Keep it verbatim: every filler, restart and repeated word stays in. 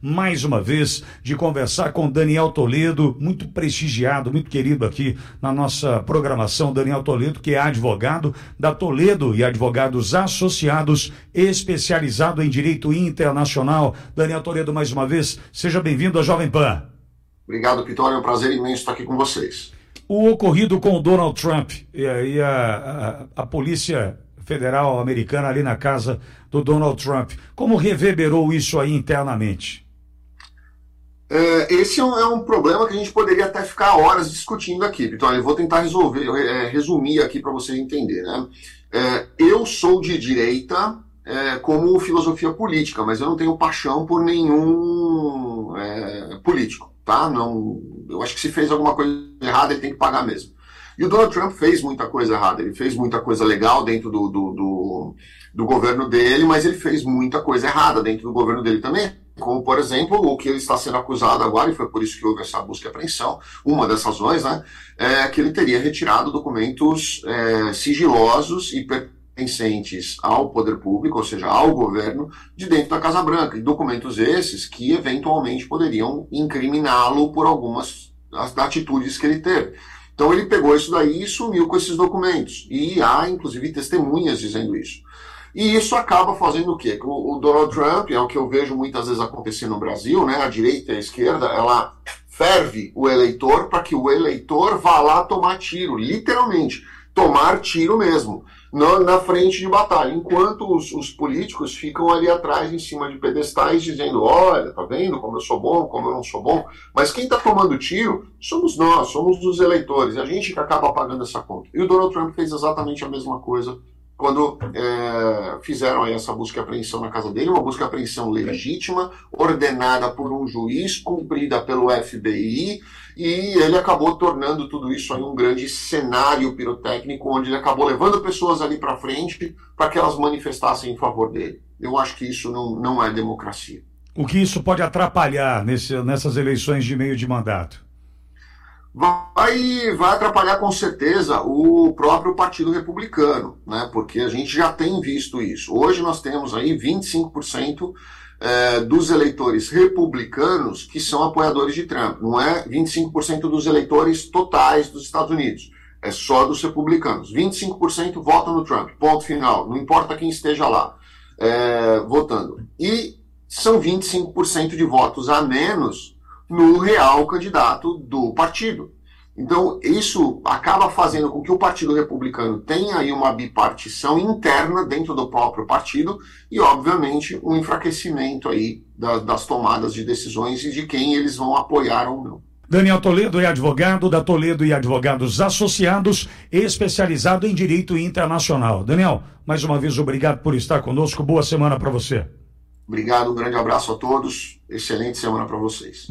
mais uma vez, de conversar com Daniel Toledo, muito prestigiado, muito querido aqui na nossa programação. Daniel Toledo, que é advogado da Toledo e Advogados Associados, especializado em direito internacional. Daniel Toledo, mais uma vez, seja bem-vindo à Jovem Pan. Obrigado, Pitório, é um prazer imenso estar aqui com vocês. O ocorrido com o Donald Trump e aí a, a, a Polícia Federal Americana ali na casa do Donald Trump, como reverberou isso aí internamente? É, esse é um, é um problema que a gente poderia até ficar horas discutindo aqui, Pitório. Eu vou tentar resolver, é, resumir aqui para você entender, né? É, eu sou de direita é, como filosofia política, mas eu não tenho paixão por nenhum é, político. Tá? Não, eu acho que se fez alguma coisa errada, ele tem que pagar mesmo. E o Donald Trump fez muita coisa errada, ele fez muita coisa legal dentro do, do, do, do governo dele, mas ele fez muita coisa errada dentro do governo dele também. Como, por exemplo, o que ele está sendo acusado agora, e foi por isso que houve essa busca e apreensão, uma das razões, né, é que ele teria retirado documentos é, sigilosos e pertencentes ao poder público, ou seja, ao governo, de dentro da Casa Branca. E documentos esses que eventualmente poderiam incriminá-lo por algumas atitudes que ele teve. Então ele pegou isso daí e sumiu com esses documentos. E há, inclusive, testemunhas dizendo isso. E isso acaba fazendo o quê? O, o Donald Trump, é o que eu vejo muitas vezes acontecer no Brasil, né? A direita e a esquerda, ela ferve o eleitor para que o eleitor vá lá tomar tiro, literalmente. Tomar tiro mesmo, na, na frente de batalha, enquanto os, os políticos ficam ali atrás, em cima de pedestais, dizendo, olha, tá vendo como eu sou bom, como eu não sou bom, mas quem tá tomando tiro somos nós, somos os eleitores, a gente que acaba pagando essa conta. E o Donald Trump fez exatamente a mesma coisa quando é, fizeram aí essa busca e apreensão na casa dele, uma busca e apreensão legítima, ordenada por um juiz, cumprida pelo F B I, e ele acabou tornando tudo isso aí um grande cenário pirotécnico, onde ele acabou levando pessoas ali para frente para que elas manifestassem em favor dele. Eu acho que isso não, não é democracia. O que isso pode atrapalhar nesse, nessas eleições de meio de mandato? Vai, vai atrapalhar com certeza o próprio Partido Republicano, né? Porque a gente já tem visto isso. Hoje nós temos aí vinte e cinco por cento é, dos eleitores republicanos que são apoiadores de Trump. Não é vinte e cinco por cento dos eleitores totais dos Estados Unidos. É só dos republicanos. vinte e cinco por cento votam no Trump. Ponto final. Não importa quem esteja lá é, votando. E são vinte e cinco por cento de votos a menos no real candidato do partido. Então, isso acaba fazendo com que o Partido Republicano tenha aí uma bipartição interna dentro do próprio partido e, obviamente, um enfraquecimento aí da, das tomadas de decisões e de quem eles vão apoiar ou não. Daniel Toledo é advogado da Toledo e Advogados Associados, especializado em direito internacional. Daniel, mais uma vez, obrigado por estar conosco. Boa semana para você. Obrigado, um grande abraço a todos. Excelente semana para vocês.